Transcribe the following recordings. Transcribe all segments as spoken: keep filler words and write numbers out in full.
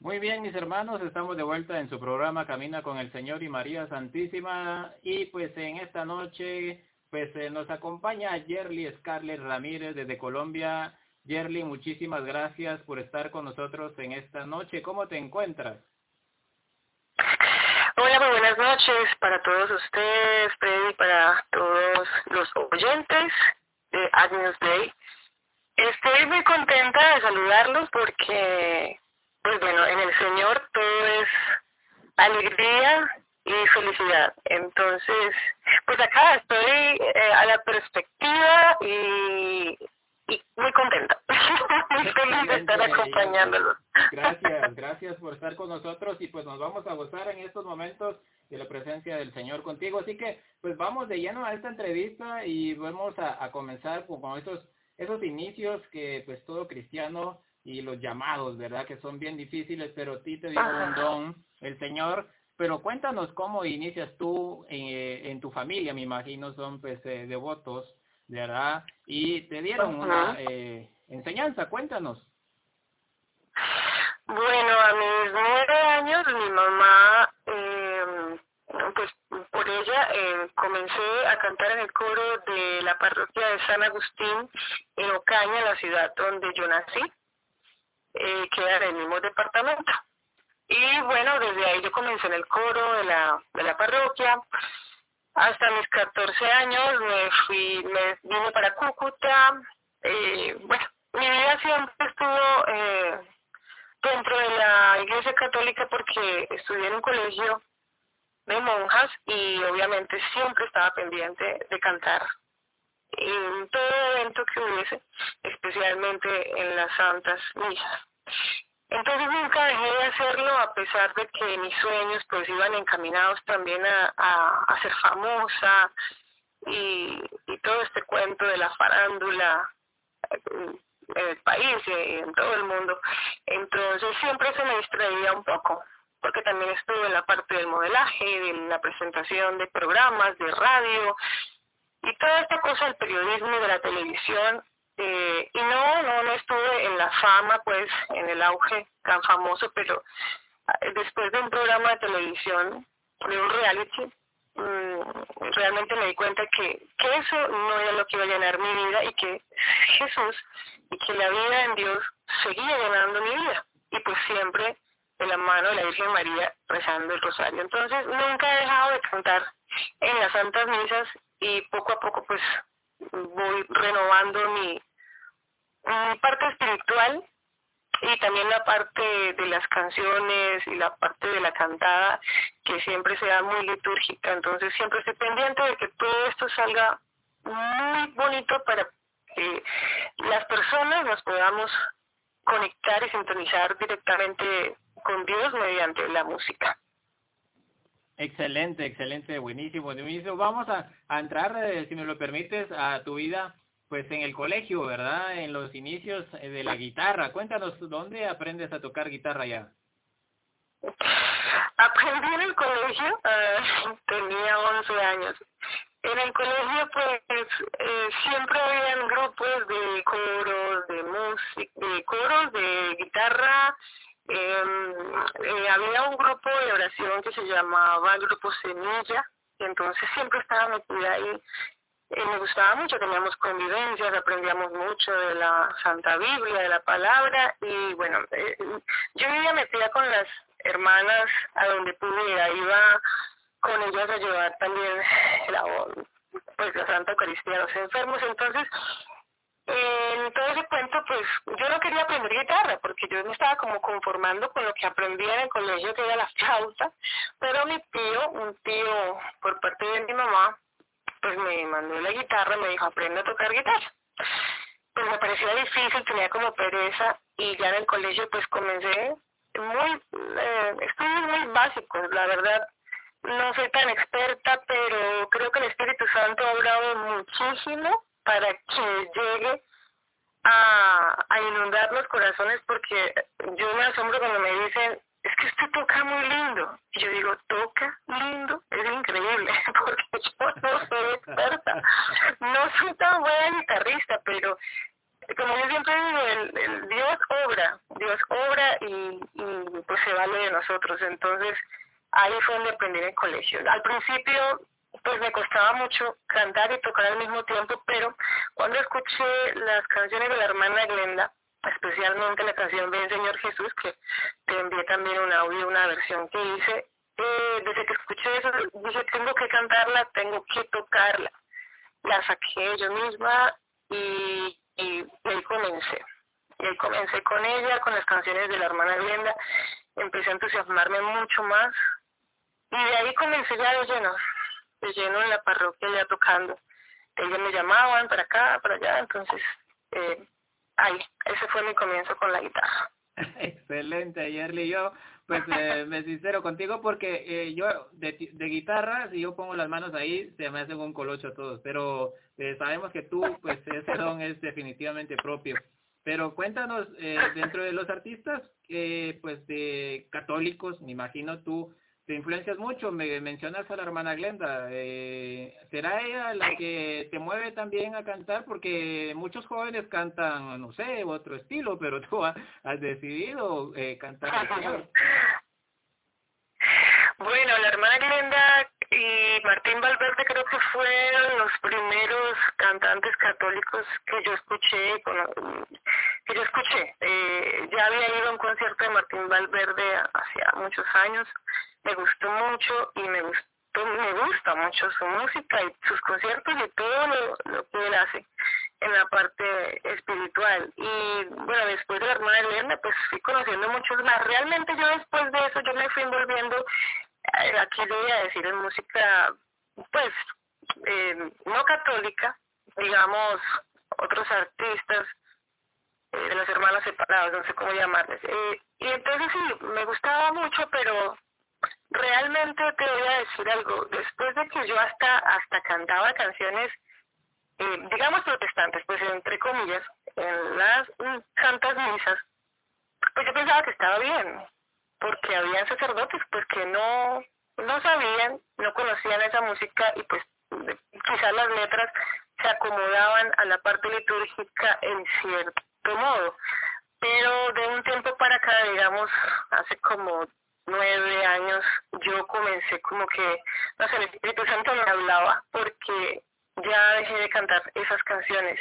Muy bien, mis hermanos, estamos de vuelta en su programa Camina con el Señor y María Santísima, y pues en esta noche pues eh, nos acompaña Yerly Scarlett Ramírez desde Colombia. Yerly, muchísimas gracias por estar con nosotros en esta noche. ¿Cómo te encuentras? Hola, muy buenas noches para todos ustedes, Freddy, para todos los oyentes de Agnus Dei. Estoy muy contenta de saludarlos porque, pues bueno, en el Señor todo es alegría y felicidad. Entonces, pues acá estoy eh, a la perspectiva y, y muy contenta. Muy feliz de estar acompañándolos. Gracias, gracias por estar con nosotros, y pues nos vamos a gozar en estos momentos de la presencia del Señor contigo. Así que pues vamos de lleno a esta entrevista y vamos a, a comenzar con, con esos, esos inicios que pues todo cristiano y los llamados, ¿verdad? Que son bien difíciles, pero a ti te dio un don el Señor. Pero cuéntanos cómo inicias tú en, en tu familia. Me imagino son pues eh, devotos, ¿verdad? Y te dieron una eh, enseñanza. Cuéntanos. Bueno, a mis nueve años mi mamá, eh, pues por ella eh, comencé a cantar en el coro de la parroquia de San Agustín en Ocaña, la ciudad donde yo nací, eh, queda en el mismo departamento. Y bueno, desde ahí yo comencé en el coro de la, de la parroquia. Hasta mis catorce años me fui, me vine para Cúcuta. Eh, bueno, mi vida siempre estuvo eh, dentro de la Iglesia Católica porque estudié en un colegio de monjas y obviamente siempre estaba pendiente de cantar en todo evento que hubiese, especialmente en las santas misas. Entonces nunca dejé de hacerlo, a pesar de que mis sueños pues iban encaminados también a, a, a ser famosa y, y todo este cuento de la farándula en el país y en todo el mundo. Entonces siempre se me distraía un poco, porque también estuve en la parte del modelaje, de la presentación de programas, de radio, y toda esta cosa del periodismo y de la televisión. Eh, y no, no, no estuve en la fama, pues, en el auge tan famoso, pero eh, después de un programa de televisión, de un reality, mmm, realmente me di cuenta que, que eso no era lo que iba a llenar mi vida, y que Jesús y que la vida en Dios seguía llenando mi vida, y pues siempre de la mano de la Virgen María rezando el rosario. Entonces nunca he dejado de cantar en las santas misas, y poco a poco pues voy renovando mi, mi parte espiritual, y también la parte de las canciones y la parte de la cantada, que siempre sea muy litúrgica. Entonces siempre estoy pendiente de que todo esto salga muy bonito para que las personas nos podamos conectar y sintonizar directamente con Dios mediante la música. Excelente, excelente, buenísimo, buenísimo. Vamos a, a entrar, eh, si me lo permites, a tu vida, pues en el colegio, ¿verdad? En los inicios eh, de la guitarra. Cuéntanos, ¿dónde aprendes a tocar guitarra ya? Aprendí en el colegio, uh, tenía once años. En el colegio, pues, eh, siempre habían grupos de coros, de música, de coros, de guitarra. Eh, eh, había un grupo de oración que se llamaba Grupo Semilla, y entonces siempre estaba metida ahí. Eh, me gustaba mucho, teníamos convivencias, aprendíamos mucho de la Santa Biblia, de la palabra, y bueno, eh, yo vivía metida con las hermanas a donde pudiera, iba con ellas a llevar también la, pues, la Santa Eucaristía a los enfermos. Entonces, eh, en todo ese cuento, pues yo no quería aprender guitarra, porque yo me estaba como conformando con lo que aprendía en el colegio, que era la flauta, pero mi tío, un tío por parte de mi mamá, pues me mandó la guitarra, me dijo, aprende a tocar guitarra. Pues me parecía difícil, tenía como pereza, y ya en el colegio pues comencé muy, eh, estudios muy básicos, la verdad. No soy tan experta, pero creo que el Espíritu Santo ha obrado muchísimo para que llegue a, a inundar los corazones, porque yo me asombro cuando me dicen, es que usted toca muy lindo. Y yo digo, ¿toca lindo? Es increíble, porque yo no soy experta. No soy tan buena guitarrista, pero como yo siempre digo, el, el Dios obra, Dios obra, y, y pues se vale de nosotros. Entonces ahí fue donde aprendí en el colegio. Al principio pues me costaba mucho cantar y tocar al mismo tiempo, pero cuando escuché las canciones de la hermana Glenda, especialmente la canción Ven Señor Jesús, que te envié también un audio, una versión que hice, eh, desde que escuché eso dije, tengo que cantarla, tengo que tocarla. La saqué yo misma y, y, y ahí comencé. Y ahí comencé con ella, con las canciones de la hermana Glenda, empecé a entusiasmarme mucho más y de ahí comencé ya de lleno, de lleno en la parroquia ya tocando. Ellos me llamaban para acá, para allá, entonces eh, ahí, ese fue mi comienzo con la guitarra. Excelente, Yerli. Yo pues eh, me sincero contigo porque eh, yo de, de guitarra, si yo pongo las manos ahí, se me hacen un colocho a todos, pero eh, sabemos que tú, pues ese don es definitivamente propio. Pero cuéntanos, eh, dentro de los artistas, eh, pues de católicos, me imagino tú te influencias mucho, me mencionas a la hermana Glenda, eh, ¿será ella la que te mueve también a cantar? Porque muchos jóvenes cantan, no sé, otro estilo, pero tú has, has decidido eh, cantar el Señor. Bueno, la hermana Glenda y Martín Valverde creo que fueron los primeros cantantes católicos que yo escuché, que yo escuché. Eh, ya había ido a un concierto de Martín Valverde hace muchos años, me gustó mucho y me gustó, me gusta mucho su música y sus conciertos y todo lo, lo que él hace en la parte espiritual. Y bueno, después de la hermana Glenda pues fui conociendo muchos más. Realmente yo después de eso yo me fui envolviendo, eh, aquí le voy a decir, en música pues eh, no católica, digamos otros artistas eh, de los hermanos separados, no sé cómo llamarles. Eh, y entonces sí, me gustaba mucho, pero realmente te voy a decir algo, después de que yo hasta hasta cantaba canciones Eh, digamos protestantes, pues entre comillas, en las mm, santas misas, pues yo pensaba que estaba bien, porque habían sacerdotes pues que no no sabían, no conocían esa música y pues de, quizás las letras se acomodaban a la parte litúrgica en cierto modo, pero de un tiempo para acá, digamos, hace como nueve años, yo comencé como que, no sé, el Espíritu Santo me hablaba, porque ya dejé de cantar esas canciones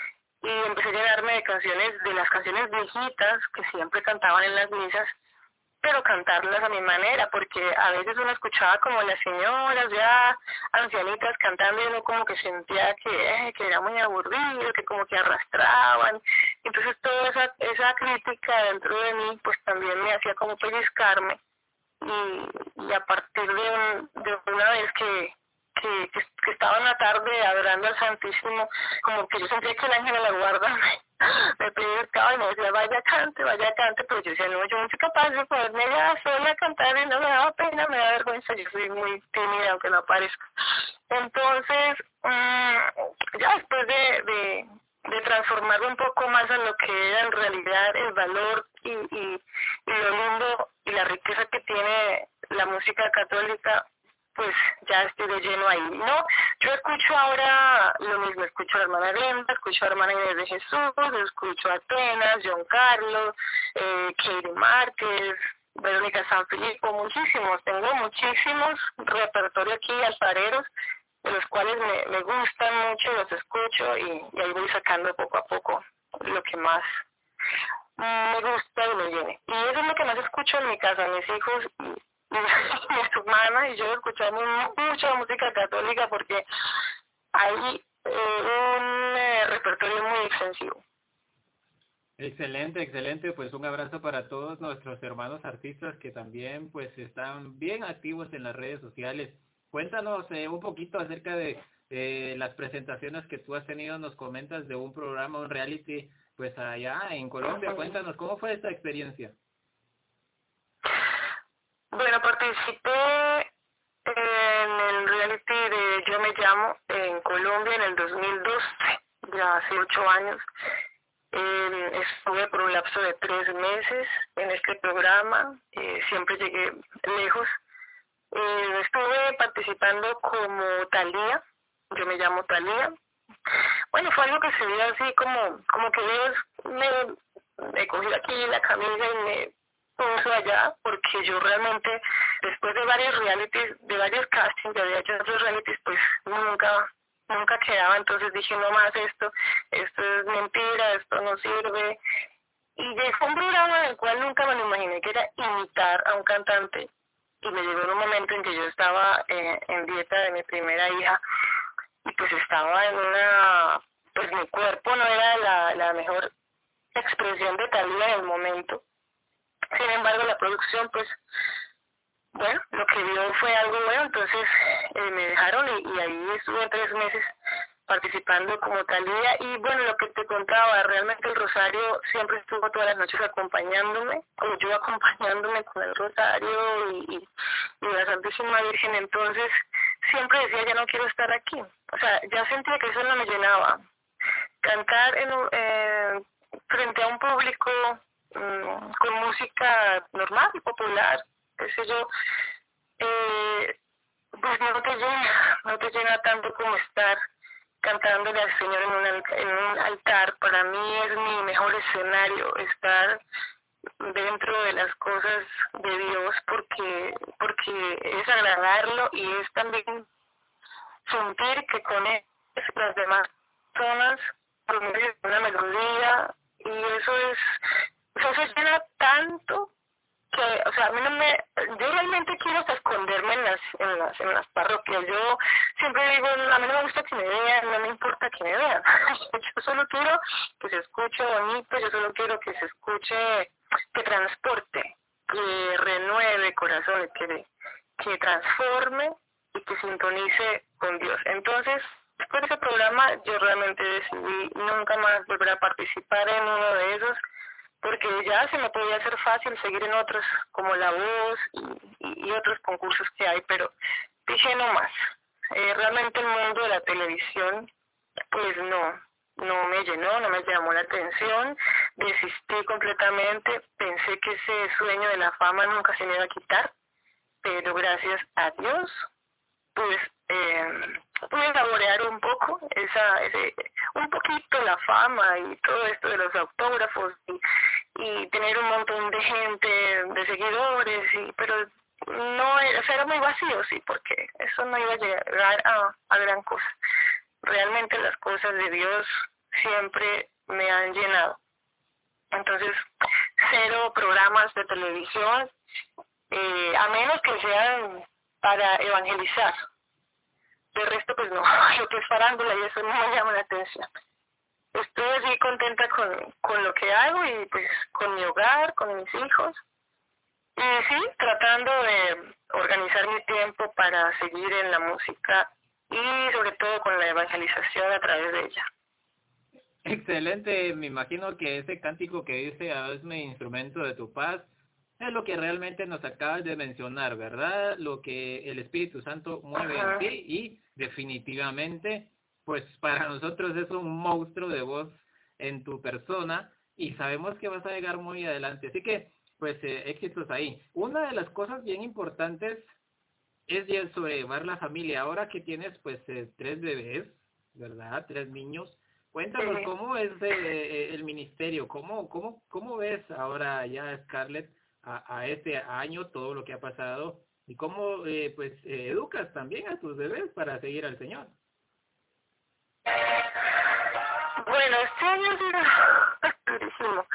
y empecé a llenarme de canciones, de las canciones viejitas que siempre cantaban en las misas, pero cantarlas a mi manera, porque a veces uno escuchaba como las señoras ya ancianitas cantando y uno como que sentía que, eh, que era muy aburrido, que como que arrastraban. Entonces toda esa, esa crítica dentro de mí pues también me hacía como pellizcarme y, y a partir de, un, de una vez que Que, que, que estaba en la tarde adorando al Santísimo, como que yo sentía que el ángel de la guarda me, me pellizcaba y me decía, vaya cante, vaya cante, pero yo decía, no, yo no soy capaz de ponerme ya sola a cantar y no me daba pena, me da vergüenza, yo soy muy tímida aunque no aparezca. Entonces, mmm, ya después de, de, de transformar un poco más a lo que era en realidad el valor y, y, y lo lindo y la riqueza que tiene la música católica, pues ya estoy de lleno ahí, ¿no? Yo escucho ahora lo mismo, escucho a la hermana Glenda, escucho a la hermana Inés de Jesús, escucho a Atenas, John Carlos, eh, Katie Márquez, Verónica Sanfilippo, muchísimos, tengo muchísimos repertorio aquí, alfareros, de los cuales me, me gustan mucho, los escucho y, y ahí voy sacando poco a poco lo que más me gusta y me llene. Y eso es lo que más escucho en mi casa, mis hijos y mi hermana y yo escuchamos mucha música católica porque hay eh, un eh, repertorio muy extensivo. Excelente, excelente, pues un abrazo para todos nuestros hermanos artistas que también pues están bien activos en las redes sociales. Cuéntanos eh, un poquito acerca de eh, las presentaciones que tú has tenido, nos comentas de un programa, un reality, pues allá en Colombia. Cuéntanos, ¿cómo fue esta experiencia? Bueno, participé en el reality de Yo Me Llamo en Colombia en el dos mil doce, ya hace ocho años. Eh, estuve por un lapso de tres meses en este programa, eh, siempre llegué lejos. Eh, estuve participando como Talía, Yo Me Llamo Talía. Bueno, fue algo que se dio así como, como que Dios me, me cogió aquí la camisa y me puso allá, porque yo realmente, después de varios realities, de varios castings, de había hecho otros realities, pues nunca, nunca quedaba, entonces dije, no más esto, esto es mentira, esto no sirve. Y llegó un programa en el cual nunca me lo imaginé, que era imitar a un cantante, y me llegó en un momento en que yo estaba eh, en dieta de mi primera hija, y pues estaba en una, pues mi cuerpo no era la, la mejor expresión de Thalía en el momento. Sin embargo, la producción, pues, bueno, lo que vio fue algo bueno, entonces eh, me dejaron y, y ahí estuve tres meses participando como Thalía. Y bueno, lo que te contaba, realmente el Rosario siempre estuvo todas las noches acompañándome, o yo acompañándome con el Rosario y, y, y la Santísima Virgen. Entonces siempre decía, ya no quiero estar aquí. O sea, ya sentía que eso no me llenaba. Cantar en un, eh, frente a un público mmm, con música normal y popular, qué sé yo, eh, pues no te llena, no te llena tanto como estar cantándole al Señor en un, en un altar. Para mí es mi mejor escenario, estar dentro de las cosas de Dios, porque porque es agradarlo y es también sentir que con él las demás personas por medio de una melodía, y eso es, o sea, eso llena tanto que, o sea, a mí no me, yo realmente quiero hasta esconderme en las, en las, en las parroquias. Yo siempre digo, a mí no me gusta que me vean, no me importa que me vean. Yo solo quiero que se escuche bonito, yo solo quiero que se escuche, que transporte, que renueve corazones, que, que transforme y que sintonice con Dios. Entonces, después de ese programa, yo realmente decidí nunca más volver a participar en uno de esos, porque ya se me podía hacer fácil seguir en otros, como La Voz y, y, y otros concursos que hay, pero dije no más. Eh, realmente el mundo de la televisión, pues no, no me llenó, no me llamó la atención, desistí completamente, pensé que ese sueño de la fama nunca se me iba a quitar, pero gracias a Dios, pues eh, pude saborear un poco esa, ese, un poquito la fama y todo esto de los autógrafos y, y tener un montón de gente, de seguidores, y pero no era, o sea, era muy vacío, sí, porque eso no iba a llegar a, a gran cosa. Realmente las cosas de Dios siempre me han llenado. Entonces, cero programas de televisión, eh, a menos que sean para evangelizar. De resto, pues no, lo que es farándula y eso no me llama la atención. Estoy así contenta con, con lo que hago y pues con mi hogar, con mis hijos. Y sí, tratando de organizar mi tiempo para seguir en la música y sobre todo con la evangelización a través de ella. Excelente, me imagino que ese cántico que dice, hazme instrumento de tu paz, es lo que realmente nos acabas de mencionar, ¿verdad? Lo que el Espíritu Santo mueve Ajá. en ti y definitivamente, pues para nosotros es un monstruo de voz en tu persona y sabemos que vas a llegar muy adelante. Así que, pues, eh, éxitos ahí. Una de las cosas bien importantes es ya sobrellevar la familia. Ahora que tienes, pues, eh, tres bebés, ¿verdad? Tres niños. Cuéntanos Sí. cómo es eh, el ministerio, cómo, cómo, cómo ves ahora ya, Scarlett, a, a este año, todo lo que ha pasado, y cómo eh, pues eh, educas también a tus bebés para seguir al Señor. Bueno, este año ha sido durísimo.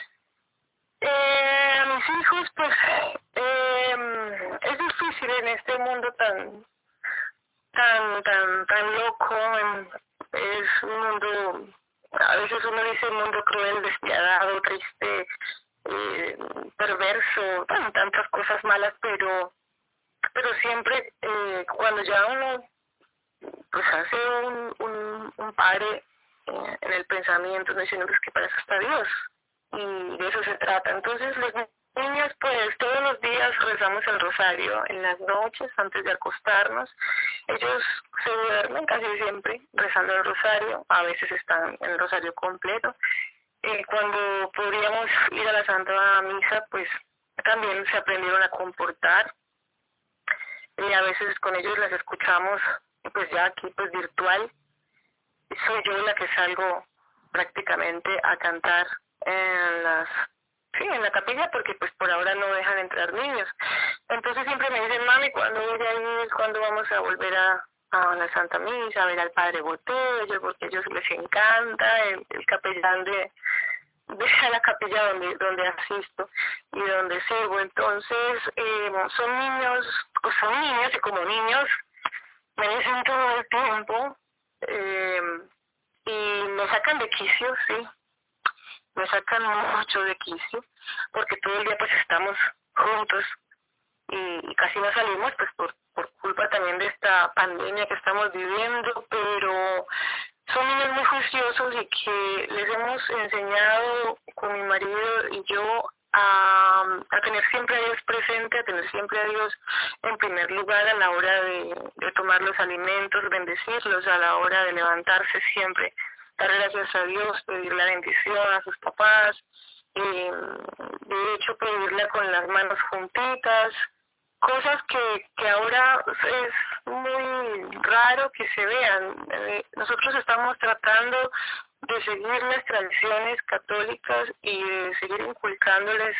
Eh, mis hijos, pues, eh, es difícil en este mundo tan, tan, tan, tan loco. Es un mundo, a veces uno dice un mundo cruel, despiadado, triste, eh, perverso, bueno, tantas cosas malas, pero pero siempre eh, cuando ya uno pues hace un, un, un padre eh, en el pensamiento, no diciendo pues que para eso está Dios y de eso se trata. Entonces los niños, pues todos los días rezamos el rosario en las noches antes de acostarnos. Ellos se duermen casi siempre rezando el rosario, a veces están en el rosario completo. Eh, cuando podríamos ir a la Santa Misa, pues también se aprendieron a comportar. Y a veces con ellos las escuchamos pues ya aquí pues virtual. Soy yo la que salgo prácticamente a cantar en las sí, en la capilla, porque pues por ahora no dejan entrar niños. Entonces siempre me dicen, mami, ¿cuándo voy a ir? ¿Cuándo vamos a volver a, a la Santa Misa, a ver al Padre Botello? Porque a ellos les encanta el, el capellán de, de la capilla donde, donde asisto y donde sirvo. Entonces, eh, son niños, o son niños, y como niños me dicen todo el tiempo, eh, y me sacan de quicio, sí. Me sacan mucho de quicio, porque todo el día pues estamos juntos y, y casi no salimos pues por, por culpa también de esta pandemia que estamos viviendo, pero son niños muy juiciosos y que les hemos enseñado con mi marido y yo a, a tener siempre a Dios presente, a tener siempre a Dios en primer lugar a la hora de, de tomar los alimentos, bendecirlos a la hora de levantarse siempre, dar gracias a Dios, pedir la bendición a sus papás, eh, de hecho pedirla con las manos juntitas, cosas que, que ahora es muy raro que se vean. Eh, nosotros estamos tratando de seguir las tradiciones católicas y de seguir inculcándoles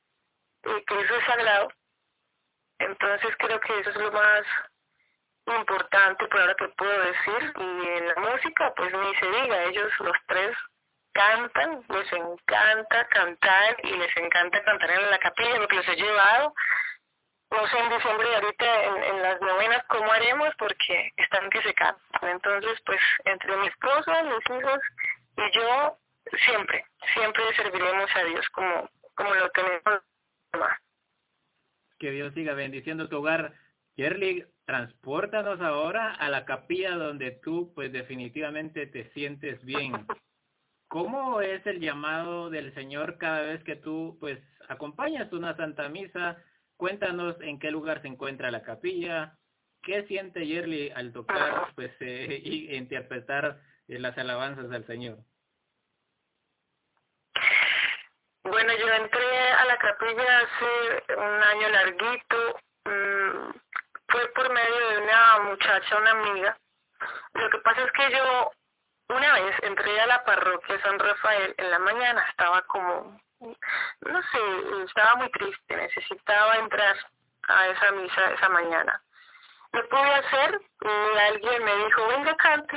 eh, que eso es sagrado. Entonces creo que eso es lo más importante por ahora que puedo decir. Y en la música pues ni se diga, ellos los tres cantan, les encanta cantar y les encanta cantar en la capilla porque los he llevado, no sé en diciembre ahorita en, en las novenas cómo haremos porque están que se cantan. Entonces pues entre mi esposo, mis hijos y yo siempre, siempre serviremos a Dios como, como lo tenemos más. Que Dios siga bendiciendo tu hogar. Yerli, transpórtanos ahora a la capilla donde tú pues definitivamente te sientes bien. ¿Cómo es el llamado del Señor cada vez que tú pues acompañas una Santa Misa? Cuéntanos en qué lugar se encuentra la capilla, qué siente Yerli al tocar pues eh, y interpretar eh, las alabanzas al Señor. Bueno, yo entré a la capilla hace un año larguito, mmm, fue por medio de una muchacha, una amiga. Lo que pasa es que yo una vez entré a la parroquia San Rafael en la mañana, estaba como, no sé, estaba muy triste, necesitaba entrar a esa misa esa mañana. Lo pude hacer y alguien me dijo, venga, cante.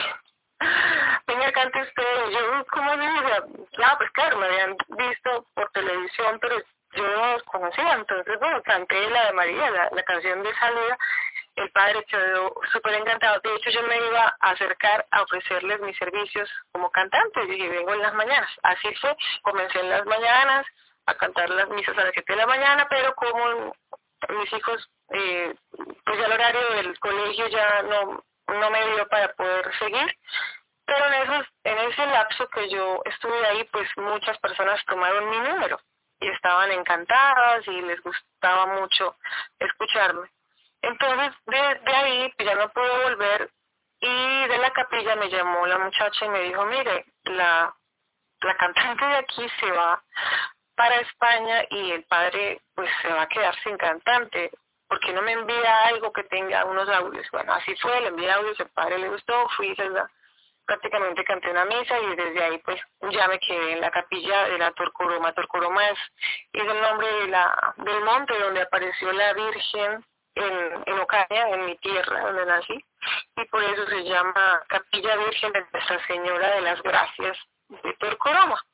Venga, cante usted. Y yo, ¿cómo dice? Claro, pues claro, me habían visto por televisión, pero yo no los conocía. Entonces, bueno, canté la de María, la, la canción de salida. El padre quedó súper encantado. De hecho, yo me iba a acercar a ofrecerles mis servicios como cantante. Dije, vengo en las mañanas. Así fue. Comencé en las mañanas a cantar las misas a las siete de la mañana, pero como mis hijos, eh, pues ya el horario del colegio ya no, no me dio para poder seguir. Pero en, esos, en ese lapso que yo estuve ahí, pues muchas personas tomaron mi número y estaban encantadas y les gustaba mucho escucharme. Entonces, de, de ahí pues ya no pude volver y de la capilla me llamó la muchacha y me dijo, mire, la, la cantante de aquí se va para España y el padre pues se va a quedar sin cantante. ¿Por qué no me envía algo que tenga unos audios? Bueno, así fue, le envié audios, el padre le gustó, fui, ¿verdad? Prácticamente canté una misa y desde ahí pues ya me quedé en la capilla de la Torcoroma. Torcoroma es, es el nombre de la, del monte donde apareció la Virgen en, en Ocaña, en mi tierra donde nací, y por eso se llama Capilla Virgen de Nuestra Señora de las Gracias de Torcoroma.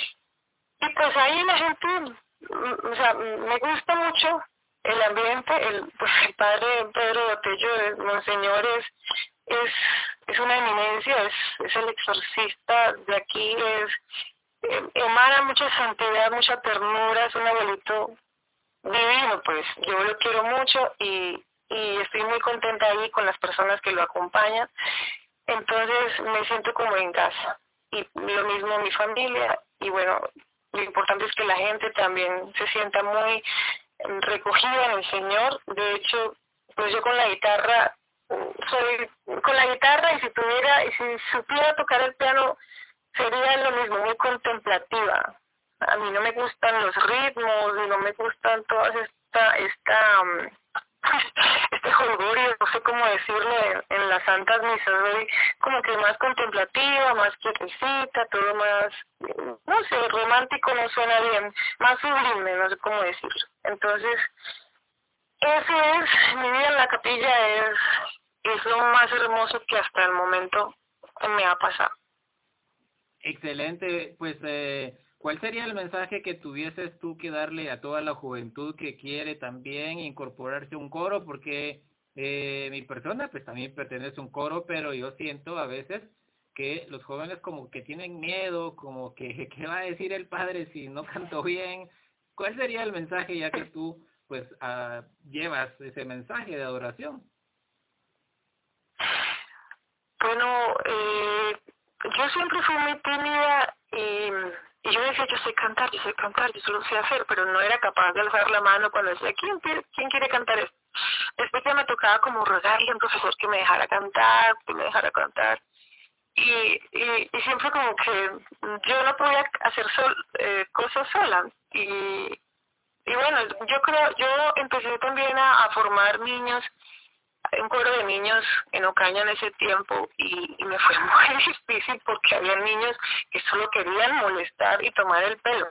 Y pues ahí la gente, o sea, me gusta mucho el ambiente, el, pues el padre Pedro Botello, el monseñor es, es, es una eminencia, es, es el exorcista de aquí, es eh, emana mucha santidad, mucha ternura, es un abuelito divino, pues yo lo quiero mucho y, y estoy muy contenta ahí con las personas que lo acompañan, entonces me siento como en casa y lo mismo mi familia y bueno, lo importante es que la gente también se sienta muy recogida en el Señor. De hecho, pues yo con la guitarra, soy con la guitarra y si tuviera, y si supiera tocar el piano, sería lo mismo, muy contemplativa. A mí no me gustan los ritmos y no me gustan todas esta, esta, um, este holgorio, no sé cómo decirlo, en, en las santas misas, soy como que más contemplativa, más quietecita, todo más, no sé, romántico no suena bien, más sublime, no sé cómo decirlo. Entonces, eso es, mi vida en la capilla es, es lo más hermoso que hasta el momento me ha pasado. Excelente, pues eh, ¿cuál sería el mensaje que tuvieses tú que darle a toda la juventud que quiere también incorporarse a un coro? Porque eh, mi persona pues también pertenece a un coro, pero yo siento a veces que los jóvenes como que tienen miedo, como que ¿qué va a decir el padre si no canto bien? ¿Cuál sería el mensaje ya que tú pues uh, llevas ese mensaje de adoración? Bueno, eh, yo siempre fui muy tímida y, y yo decía, yo sé cantar, yo sé cantar, yo solo sé hacer, pero no era capaz de alzar la mano cuando decía, ¿quién quiere, quién quiere cantar esto? Después ya me tocaba como rogarle a un profesor que me dejara cantar, que me dejara cantar. Y, y, y siempre como que yo no podía hacer sol, eh, cosas sola. Y, y bueno, yo creo, yo empecé también a, a formar niños, un coro de niños en Ocaña en ese tiempo y, y me fue muy difícil porque había niños que solo querían molestar y tomar el pelo.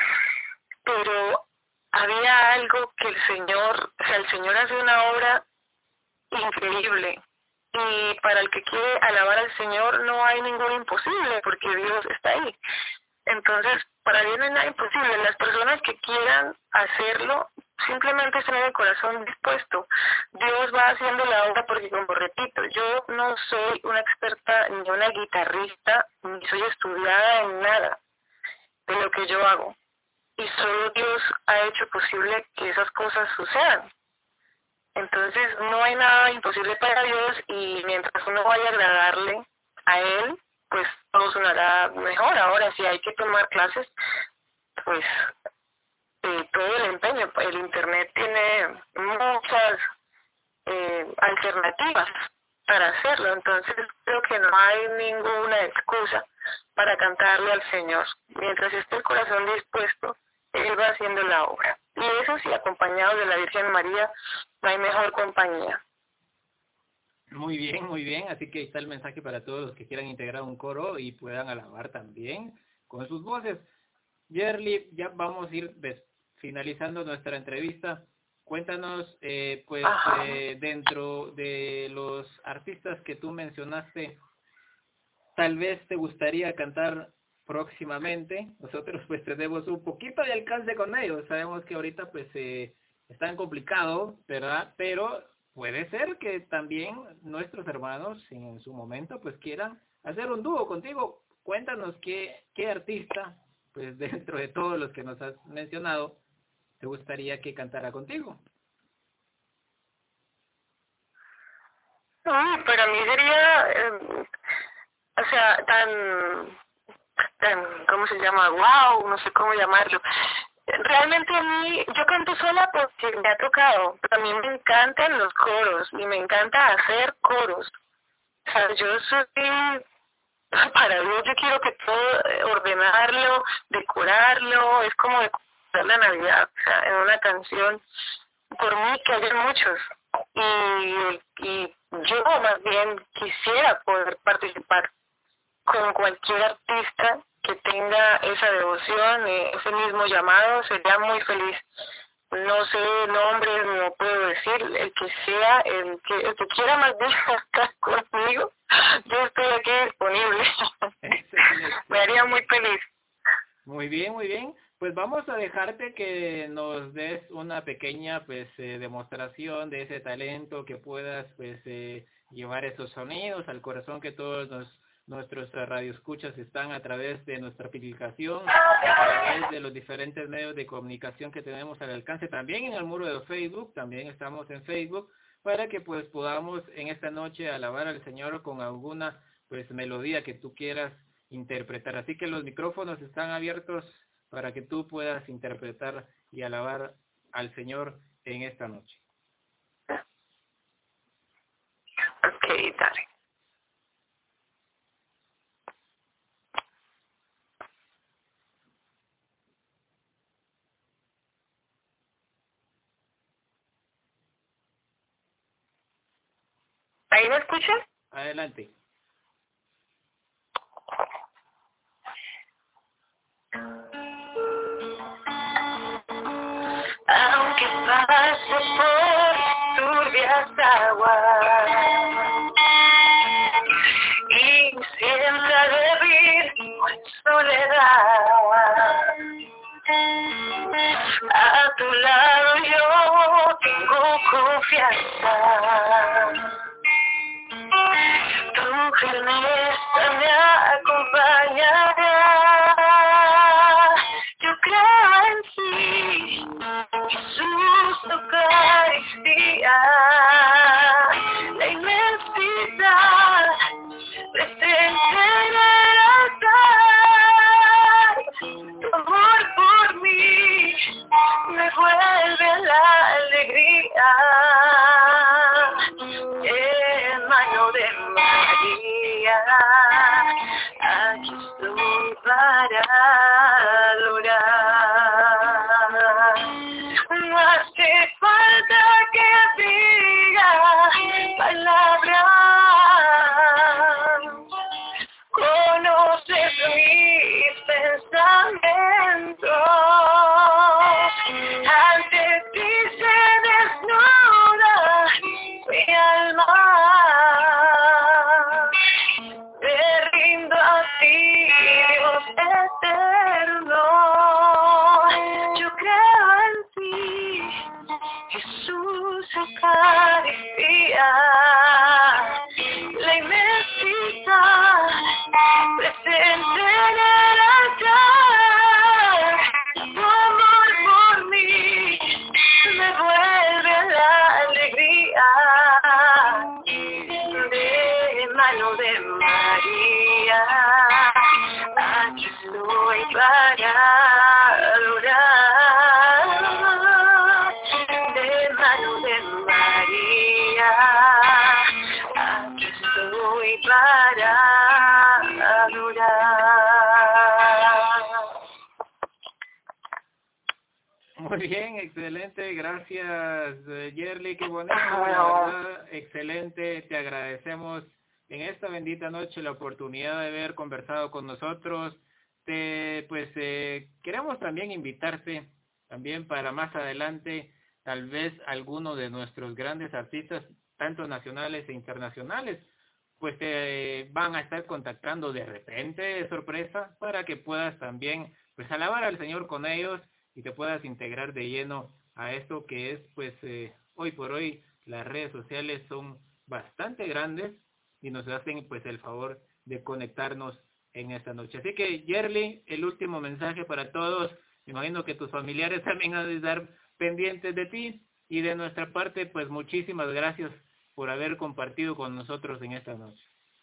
Pero había algo que el Señor, o sea, el Señor hace una obra increíble. Y para el que quiere alabar al Señor no hay ningún imposible porque Dios está ahí. Entonces, para Dios no hay nada imposible. Las personas que quieran hacerlo, simplemente tener el corazón dispuesto. Dios va haciendo la obra porque, como repito, yo no soy una experta ni una guitarrista, ni soy estudiada en nada de lo que yo hago. Y solo Dios ha hecho posible que esas cosas sucedan. Entonces, no hay nada imposible para Dios y mientras uno vaya a agradarle a Él, pues todo sonará mejor. Ahora, si hay que tomar clases, pues eh, todo el empeño. El Internet tiene muchas eh, alternativas para hacerlo. Entonces, creo que no hay ninguna excusa para cantarle al Señor. Mientras esté el corazón dispuesto, Él va haciendo la obra. Y eso sí, acompañado de la Virgen María, no hay mejor compañía. Muy bien, muy bien. Así que ahí está el mensaje para todos los que quieran integrar un coro y puedan alabar también con sus voces. Yerli, ya vamos a ir finalizando nuestra entrevista. Cuéntanos, eh, pues, eh, dentro de los artistas que tú mencionaste, tal vez te gustaría cantar próximamente. Nosotros pues tenemos un poquito de alcance con ellos. Sabemos que ahorita pues eh, están complicados, ¿verdad? Pero puede ser que también nuestros hermanos en su momento pues quieran hacer un dúo contigo. Cuéntanos qué, qué artista, pues dentro de todos los que nos has mencionado, te gustaría que cantara contigo. No, para mí sería, eh, o sea, tan, tan, ¿cómo se llama? Wow, no sé cómo llamarlo. Realmente a mí, yo canto sola porque me ha tocado, pero a mí me encantan los coros y me encanta hacer coros. O sea, yo soy, para Dios yo quiero que todo, eh, ordenarlo, decorarlo, es como decorar la Navidad, o sea, en una canción, por mí que haya muchos. Y, y yo más bien quisiera poder participar con cualquier artista que tenga esa devoción, eh, ese mismo llamado, sería muy feliz. No sé nombres, no puedo decir, el que sea, el que, el que quiera más bien estar conmigo, yo estoy aquí disponible. Me haría muy feliz. Muy bien, muy bien. Pues vamos a dejarte que nos des una pequeña pues eh, demostración de ese talento, que puedas pues eh, llevar esos sonidos al corazón que todos nos, nuestros radioescuchas están a través de nuestra aplicación, a través de los diferentes medios de comunicación que tenemos al alcance, también en el muro de Facebook, también estamos en Facebook, para que pues podamos en esta noche alabar al Señor con alguna pues melodía que tú quieras interpretar. Así que los micrófonos están abiertos para que tú puedas interpretar y alabar al Señor en esta noche. Ok, dale. ¿Ahí me escuchan? Adelante. Aunque pase por turbias aguas y sienta débil soledad, a tu lado yo tengo confianza. Tu firmeza me acompañará. Yo creo en ti, Jesús, tu Eucaristía, la inmensidad presente en el altar. Tu amor por mí me vuelve la alegría. En mano de María, aquí estoy para adorar. No hace falta que diga palabras, conoces mis pensamientos. Ante ti se desnuda mi alma. Te rindo a ti, Dios eterno. Yo creo en ti, Jesús, Eucaristía, la inmensidad presente en el altar. Tu amor por mí me vuelve la alegría. De mano de María, aquí estoy para adorar. De mano de María, aquí estoy para adorar. Muy bien, excelente, gracias eh, Yerli, qué bonito, la verdad, excelente, te agradecemos en esta bendita noche la oportunidad de haber conversado con nosotros. Te, pues eh, queremos también invitarte también para más adelante, tal vez alguno de nuestros grandes artistas, tanto nacionales e internacionales, pues te van a estar contactando de repente, de sorpresa, para que puedas también pues alabar al Señor con ellos y te puedas integrar de lleno a esto que es, pues, eh, hoy por hoy las redes sociales son bastante grandes y nos hacen, pues, el favor de conectarnos en esta noche. Así que, Yerli, el último mensaje para todos. Me imagino que tus familiares también han de estar pendientes de ti y de nuestra parte, pues, muchísimas gracias por haber compartido con nosotros en esta noche.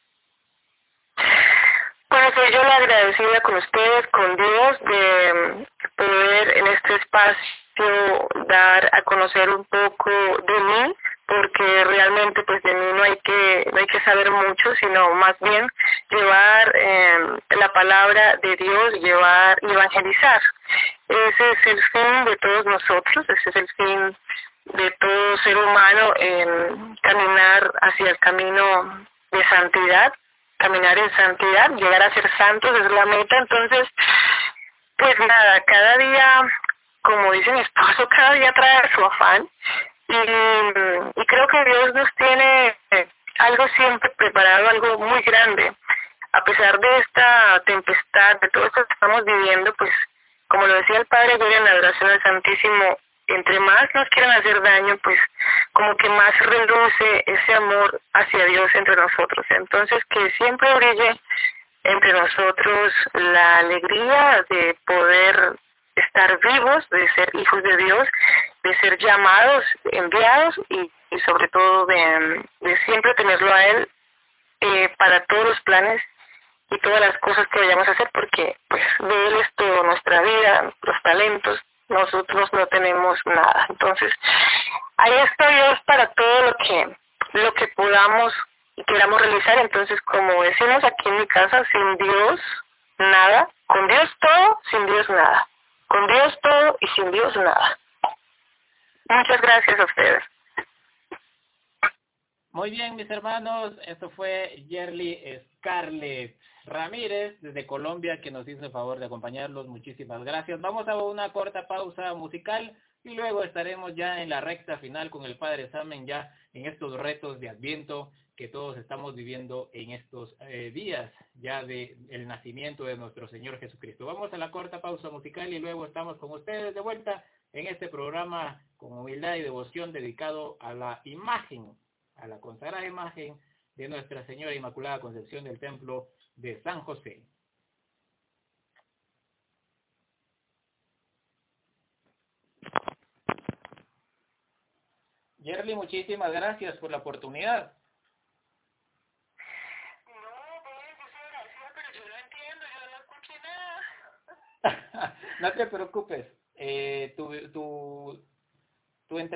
Bueno, soy yo la agradecida con ustedes, con Dios, de poder en este espacio dar a conocer un poco de mí, porque realmente pues de mí no hay que no hay que saber mucho, sino más bien llevar eh, la palabra de Dios, llevar y evangelizar. Ese es el fin de todos nosotros, ese es el fin de todo ser humano, en caminar hacia el camino de santidad, caminar en santidad, llegar a ser santos es la meta. Entonces, pues nada, cada día, como dice mi esposo, cada día trae su afán y, y creo que Dios nos tiene algo siempre preparado, algo muy grande. A pesar de esta tempestad, de todo esto que estamos viviendo, pues como lo decía el Padre Gloria en la adoración al Santísimo, entre más nos quieran hacer daño, pues como que más reduce ese amor hacia Dios entre nosotros. Entonces, que siempre brille entre nosotros la alegría de poder estar vivos, de ser hijos de Dios, de ser llamados, enviados y, y sobre todo de, de siempre tenerlo a Él eh, para todos los planes y todas las cosas que vayamos a hacer, porque pues de Él es toda nuestra vida, los talentos. Nosotros no tenemos nada. Entonces, ahí está Dios para todo lo que lo que podamos y queramos realizar. Entonces, como decimos aquí en mi casa, sin Dios nada, con Dios todo, sin Dios nada. Con Dios todo y sin Dios nada. Muchas gracias a ustedes. Muy bien, mis hermanos, esto fue Yerly Scarlett Ramírez desde Colombia, que nos hizo el favor de acompañarlos. Muchísimas gracias. Vamos a una corta pausa musical y luego estaremos ya en la recta final con el Padre Samen, ya en estos retos de Adviento que todos estamos viviendo en estos eh, días ya de el nacimiento de nuestro Señor Jesucristo. Vamos a la corta pausa musical y luego estamos con ustedes de vuelta en este programa con humildad y devoción dedicado a la imagen, a la consagrada imagen de Nuestra Señora Inmaculada Concepción del Templo de San José. Yerly, muchísimas gracias por la oportunidad. No, pues, muchas gracias, pero yo no entiendo, yo no escuché nada. No te preocupes, eh, tu, tu, tu entrevista